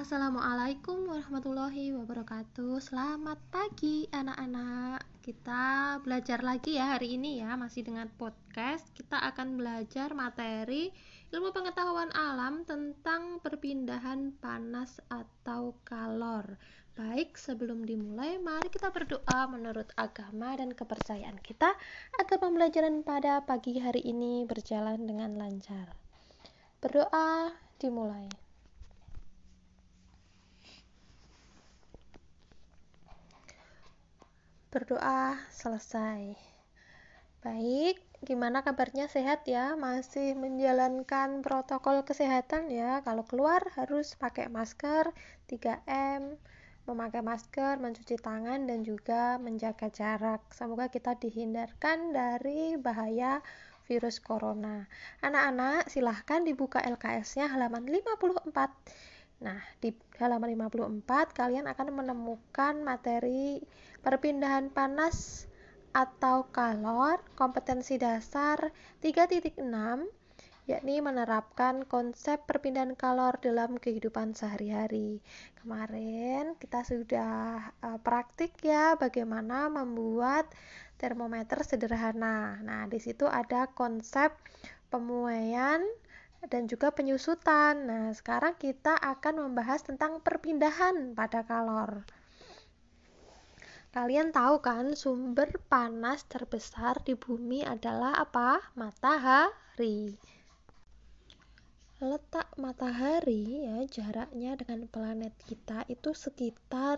Assalamualaikum warahmatullahi wabarakatuh. Selamat pagi anak-anak. Kita belajar lagi ya hari ini ya, masih dengan podcast. Kita akan belajar materi ilmu pengetahuan alam tentang perpindahan panas atau kalor. Baik, sebelum dimulai, mari kita berdoa menurut agama dan kepercayaan kita agar pembelajaran pada pagi hari ini berjalan dengan lancar. Berdoa dimulai. Berdoa selesai. Baik, gimana kabarnya, sehat ya? Masih menjalankan protokol kesehatan ya. Kalau keluar harus pakai masker 3M, memakai masker, mencuci tangan, dan juga menjaga jarak. Semoga kita dihindarkan dari bahaya virus corona. Anak-anak, silahkan dibuka LKS-nya halaman 54. Nah, di halaman 54 kalian akan menemukan materi perpindahan panas atau kalor, kompetensi dasar 3.6, yakni menerapkan konsep perpindahan kalor dalam kehidupan sehari-hari. Kemarin kita sudah praktik ya bagaimana membuat termometer sederhana. Nah, di situ ada konsep pemuaian dan juga penyusutan. Nah, sekarang kita akan membahas tentang perpindahan pada kalor. Kalian tahu kan sumber panas terbesar di bumi adalah apa? Matahari. Letak matahari ya, jaraknya dengan planet kita itu sekitar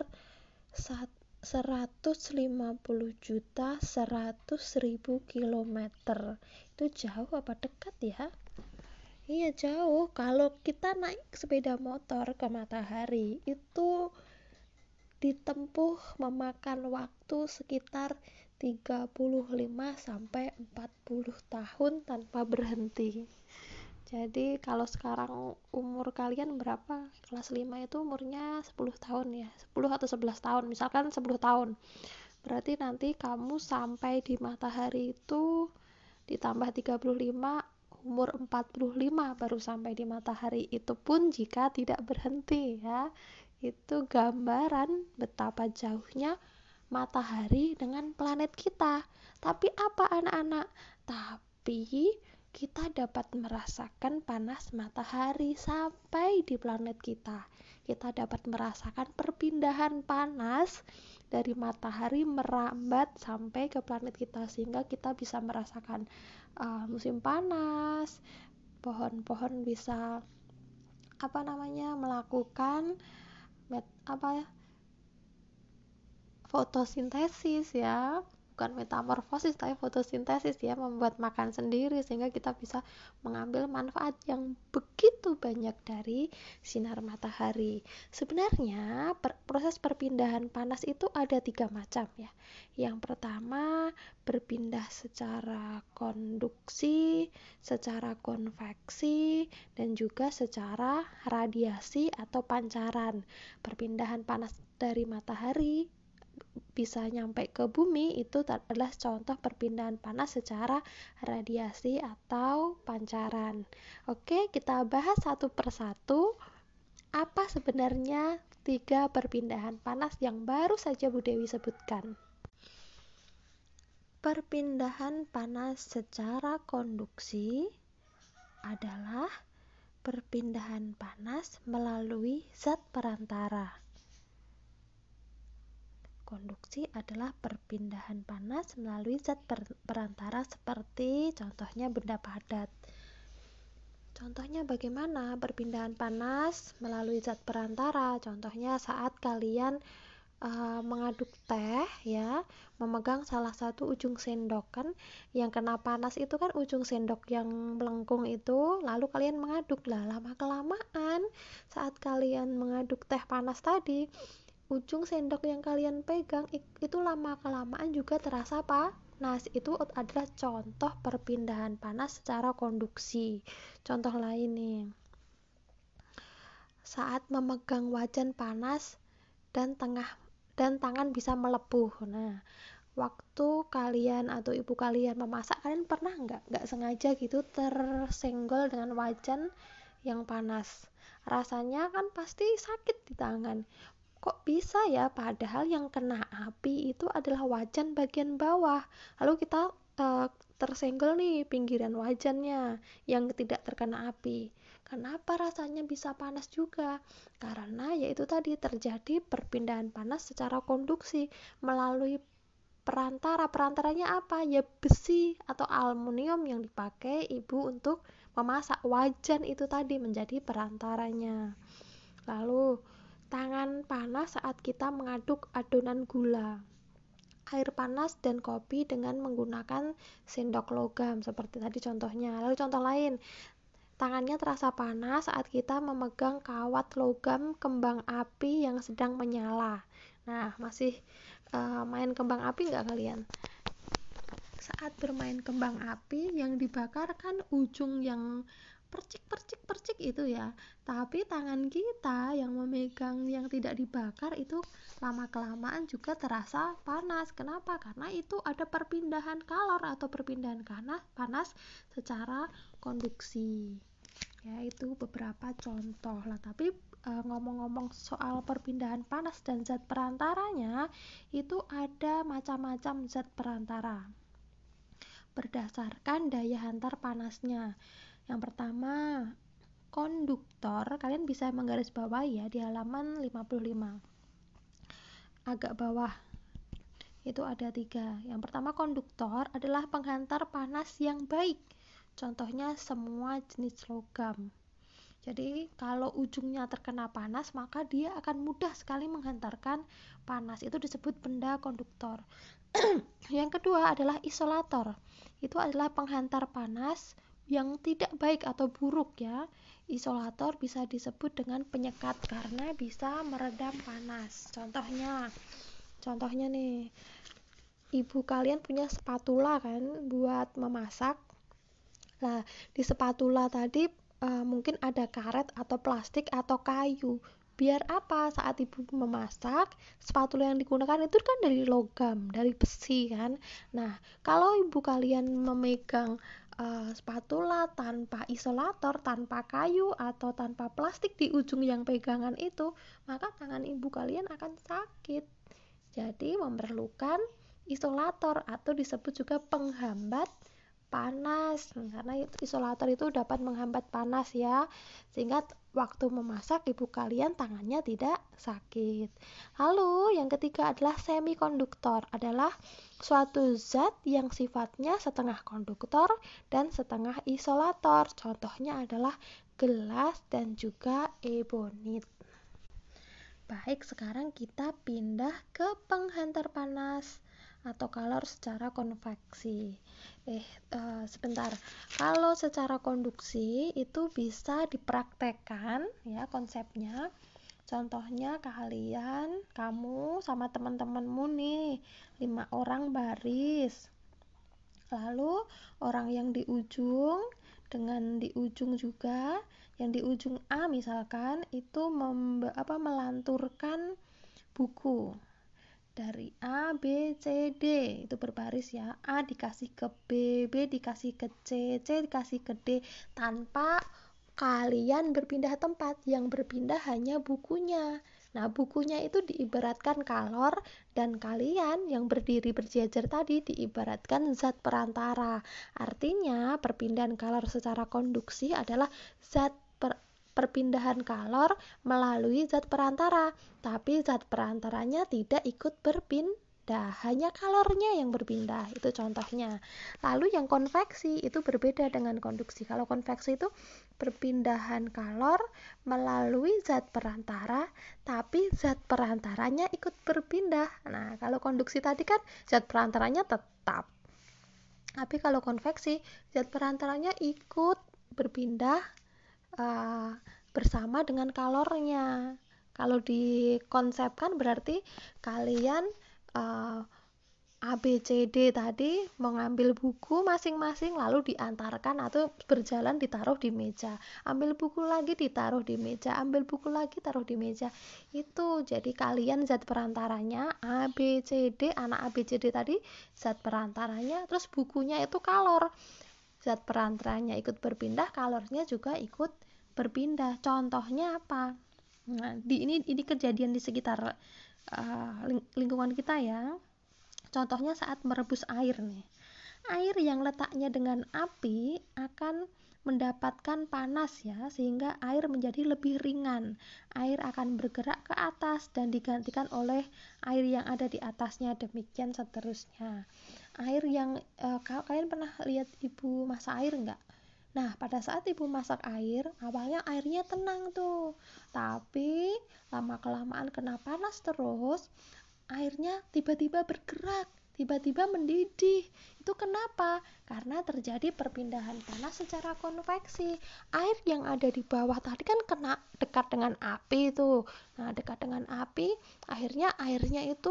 150.100.000 kilometer. Itu jauh apa dekat ya? Iya jauh. Kalau kita naik sepeda motor ke matahari itu ditempuh memakan waktu sekitar 35-40 tahun tanpa berhenti. Jadi kalau sekarang umur kalian berapa? Kelas 5 itu umurnya 10 tahun ya. 10 atau 11 tahun. Misalkan 10 tahun. Berarti nanti kamu sampai di matahari itu ditambah 35, umur 45 baru sampai di matahari. Itu pun jika tidak berhenti ya. Itu gambaran betapa jauhnya matahari dengan planet kita. Tapi apa anak-anak? Tapi kita dapat merasakan panas matahari sampai di planet kita. Kita dapat merasakan perpindahan panas dari matahari merambat sampai ke planet kita, sehingga kita bisa merasakan musim panas, pohon-pohon bisa melakukan fotosintesis ya, bukan metamorfosis tapi fotosintesis ya, membuat makan sendiri sehingga kita bisa mengambil manfaat yang begitu banyak dari sinar matahari. Sebenarnya proses perpindahan panas itu ada 3 macam ya. Yang pertama berpindah secara konduksi, secara konveksi, dan juga secara radiasi atau pancaran. Perpindahan panas dari matahari bisa nyampe ke bumi itu adalah contoh perpindahan panas secara radiasi atau pancaran. Oke, kita bahas satu persatu apa sebenarnya 3 perpindahan panas yang baru saja Bu Dewi sebutkan. Perpindahan panas secara konduksi adalah perpindahan panas melalui zat perantara. Konduksi adalah perpindahan panas melalui zat perantara seperti contohnya benda padat. Contohnya bagaimana perpindahan panas melalui zat perantara? Contohnya saat kalian mengaduk teh ya, memegang salah satu ujung sendok kan, yang kena panas itu kan ujung sendok yang melengkung itu, lalu kalian mengaduk lah, lama kelamaan saat kalian mengaduk teh panas tadi, ujung sendok yang kalian pegang itu lama kelamaan juga terasa panas. Itu adalah contoh perpindahan panas secara konduksi. Contoh lain nih, saat memegang wajan panas dan tangan bisa melepuh. Nah, waktu kalian atau ibu kalian memasak, kalian pernah nggak sengaja gitu tersenggol dengan wajan yang panas, rasanya kan pasti sakit di tangan. Kok bisa ya, padahal yang kena api itu adalah wajan bagian bawah, lalu kita tersenggol nih pinggiran wajannya yang tidak terkena api. Kenapa rasanya bisa panas juga? Karena yaitu tadi terjadi perpindahan panas secara konduksi melalui perantaranya apa ya, besi atau aluminium yang dipakai ibu untuk memasak. Wajan itu tadi menjadi perantaranya. Lalu tangan panas saat kita mengaduk adonan gula, air panas dan kopi dengan menggunakan sendok logam seperti tadi contohnya. Lalu contoh lain, tangannya terasa panas saat kita memegang kawat logam kembang api yang sedang menyala. Nah, masih main kembang api nggak kalian? Saat bermain kembang api yang dibakar kan ujung yang percik itu ya, tapi tangan kita yang memegang yang tidak dibakar itu lama kelamaan juga terasa panas. Kenapa? Karena itu ada perpindahan kalor atau perpindahan panas secara konduksi ya. Itu beberapa contoh lah. Tapi ngomong-ngomong soal perpindahan panas dan zat perantaranya, itu ada macam-macam zat perantara berdasarkan daya hantar panasnya. Yang pertama, konduktor. Kalian bisa menggarisbawahi ya di halaman 55. Agak bawah itu ada 3. Yang pertama, konduktor adalah penghantar panas yang baik. Contohnya semua jenis logam. Jadi kalau ujungnya terkena panas, maka dia akan mudah sekali menghantarkan panas. Itu disebut benda konduktor. Yang kedua adalah isolator. Itu adalah penghantar panas yang tidak baik atau buruk ya. Isolator bisa disebut dengan penyekat karena bisa meredam panas. Contohnya nih, ibu kalian punya spatula kan buat memasak. Nah, di spatula tadi mungkin ada karet atau plastik atau kayu. Biar apa? Saat ibu memasak, spatula yang digunakan itu kan dari logam, dari besi kan. Nah, kalau ibu kalian memegang spatula tanpa isolator, tanpa kayu atau tanpa plastik di ujung yang pegangan itu, maka tangan ibu kalian akan sakit. Jadi memerlukan isolator atau disebut juga penghambat panas, karena isolator itu dapat menghambat panas ya, sehingga waktu memasak ibu kalian tangannya tidak sakit. Lalu yang ketiga adalah semikonduktor, adalah suatu zat yang sifatnya setengah konduktor dan setengah isolator. Contohnya adalah gelas dan juga ebonit. Baik, sekarang kita pindah ke penghantar panas atau kalor secara konveksi. Sebentar. Kalau secara konduksi itu bisa dipraktekkan ya konsepnya. Contohnya kamu sama teman-temanmu nih, 5 orang baris. Lalu orang yang di ujung dengan di ujung juga, yang di ujung A misalkan itu melanturkan buku dari A, B, C, D, itu berbaris ya. A dikasih ke B, B dikasih ke C, C dikasih ke D, tanpa kalian berpindah tempat. Yang berpindah hanya bukunya. Nah, bukunya itu diibaratkan kalor dan kalian yang berdiri berjejer tadi diibaratkan zat perantara. Artinya, perpindahan kalor secara konduksi adalah perpindahan kalor melalui zat perantara, tapi zat perantaranya tidak ikut berpindah, hanya kalornya yang berpindah. Itu contohnya. Lalu yang konveksi itu berbeda dengan konduksi. Kalau konveksi itu perpindahan kalor melalui zat perantara, tapi zat perantaranya ikut berpindah. Nah, kalau konduksi tadi kan zat perantaranya tetap, tapi kalau konveksi zat perantaranya ikut berpindah bersama dengan kalornya. Kalau dikonsepkan berarti kalian A, B, C, D tadi mengambil buku masing-masing lalu diantarkan atau berjalan ditaruh di meja. Ambil buku lagi ditaruh di meja, ambil buku lagi taruh di meja. Itu jadi kalian zat perantaranya A, B, C, D, anak A, B, C, D tadi zat perantaranya, terus bukunya itu kalor. Zat perantaranya ikut berpindah, kalornya juga ikut berpindah. Contohnya apa? Nah, ini kejadian di sekitar lingkungan kita ya. Contohnya saat merebus air nih. Air yang letaknya dengan api akan mendapatkan panas ya, sehingga air menjadi lebih ringan. Air akan bergerak ke atas dan digantikan oleh air yang ada di atasnya, demikian seterusnya. Air yang kalian pernah lihat ibu masak air enggak? Nah, pada saat ibu masak air, awalnya airnya tenang tuh, tapi lama-kelamaan kena panas terus, airnya tiba-tiba bergerak, tiba-tiba mendidih. Itu kenapa? Karena terjadi perpindahan panas secara konveksi. Air yang ada di bawah tadi kan kena dekat dengan api itu. Nah, dekat dengan api, akhirnya airnya itu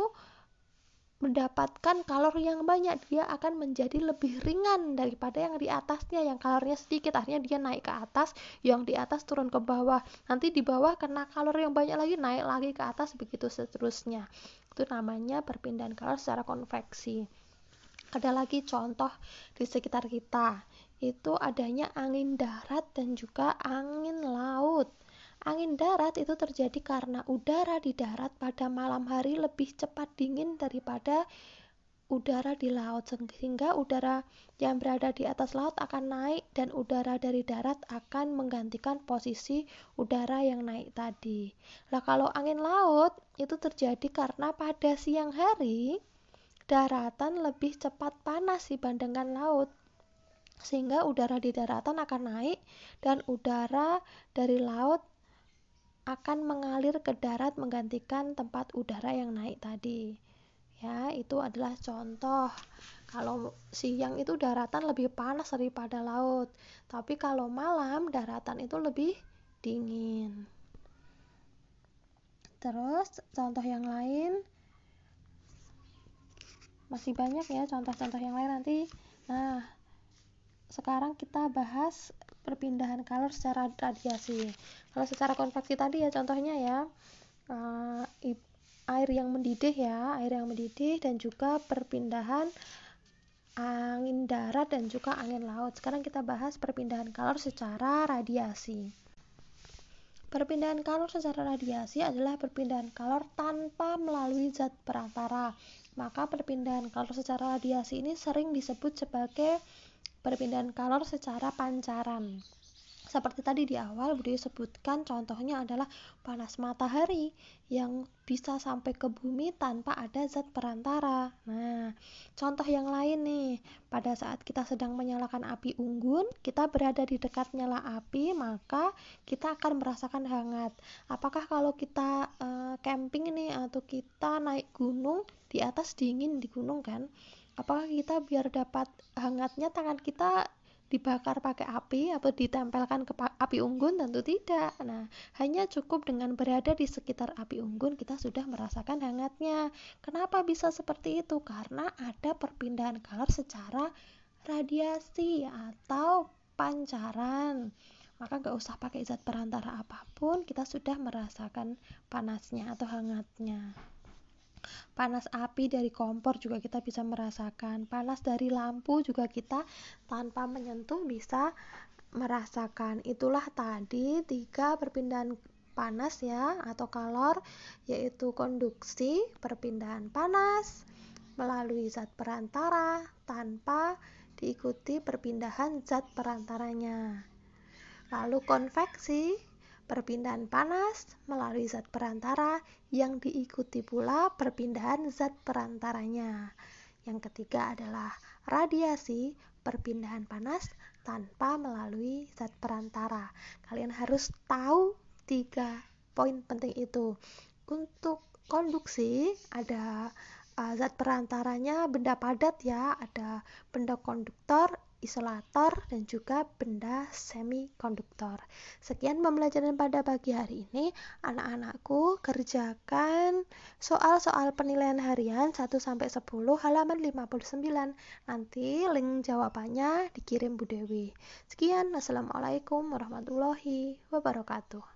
mendapatkan kalori yang banyak. Dia akan menjadi lebih ringan daripada yang di atasnya, yang kalorinya sedikit. Akhirnya dia naik ke atas, yang di atas turun ke bawah. Nanti di bawah kena kalori yang banyak lagi, naik lagi ke atas, begitu seterusnya. Itu namanya perpindahan kalori secara konveksi. Ada lagi contoh di sekitar kita, itu adanya angin darat dan juga angin laut. Angin darat itu terjadi karena udara di darat pada malam hari lebih cepat dingin daripada udara di laut, sehingga udara yang berada di atas laut akan naik dan udara dari darat akan menggantikan posisi udara yang naik tadi. Nah, kalau angin laut itu terjadi karena pada siang hari daratan lebih cepat panas dibandingkan laut, sehingga udara di daratan akan naik dan udara dari laut akan mengalir ke darat menggantikan tempat udara yang naik tadi. Ya, itu adalah contoh. Kalau siang itu daratan lebih panas daripada laut, tapi kalau malam daratan itu lebih dingin. Terus contoh yang lain masih banyak ya, contoh-contoh yang lain nanti. Nah, sekarang kita bahas perpindahan kalor secara radiasi. Kalau secara konveksi tadi ya contohnya ya, air yang mendidih ya, air yang mendidih dan juga perpindahan angin darat dan juga angin laut. Sekarang kita bahas perpindahan kalor secara radiasi. Perpindahan kalor secara radiasi adalah perpindahan kalor tanpa melalui zat perantara. Maka perpindahan kalor secara radiasi ini sering disebut sebagai perpindahan kalor secara pancaran. Seperti tadi di awal Budi sebutkan, contohnya adalah panas matahari yang bisa sampai ke bumi tanpa ada zat perantara. Nah, contoh yang lain nih, pada saat kita sedang menyalakan api unggun, kita berada di dekat nyala api, maka kita akan merasakan hangat. Apakah kalau kita camping nih atau kita naik gunung, di atas dingin di gunung kan? Apakah kita biar dapat hangatnya tangan kita dibakar pakai api atau ditempelkan ke api unggun? Tentu tidak. Nah, hanya cukup dengan berada di sekitar api unggun kita sudah merasakan hangatnya. Kenapa bisa seperti itu? Karena ada perpindahan kalor secara radiasi atau pancaran. Maka gak usah pakai zat perantara apapun, kita sudah merasakan panasnya atau hangatnya. Panas api dari kompor juga kita bisa merasakan. Panas dari lampu juga kita tanpa menyentuh bisa merasakan. Itulah tadi 3 perpindahan panas ya atau kalor, yaitu konduksi, perpindahan panas melalui zat perantara tanpa diikuti perpindahan zat perantaranya. Lalu konveksi, perpindahan panas melalui zat perantara yang diikuti pula perpindahan zat perantaranya. Yang ketiga adalah radiasi, perpindahan panas tanpa melalui zat perantara. Kalian harus tahu 3 poin penting itu. Untuk konduksi ada zat perantaranya benda padat ya, ada benda konduktor, isolator, dan juga benda semikonduktor. Sekian pembelajaran pada pagi hari ini. Anak-anakku, kerjakan soal-soal penilaian harian 1-10 halaman 59. Nanti link jawabannya dikirim Bu Dewi. Sekian, Assalamualaikum warahmatullahi wabarakatuh.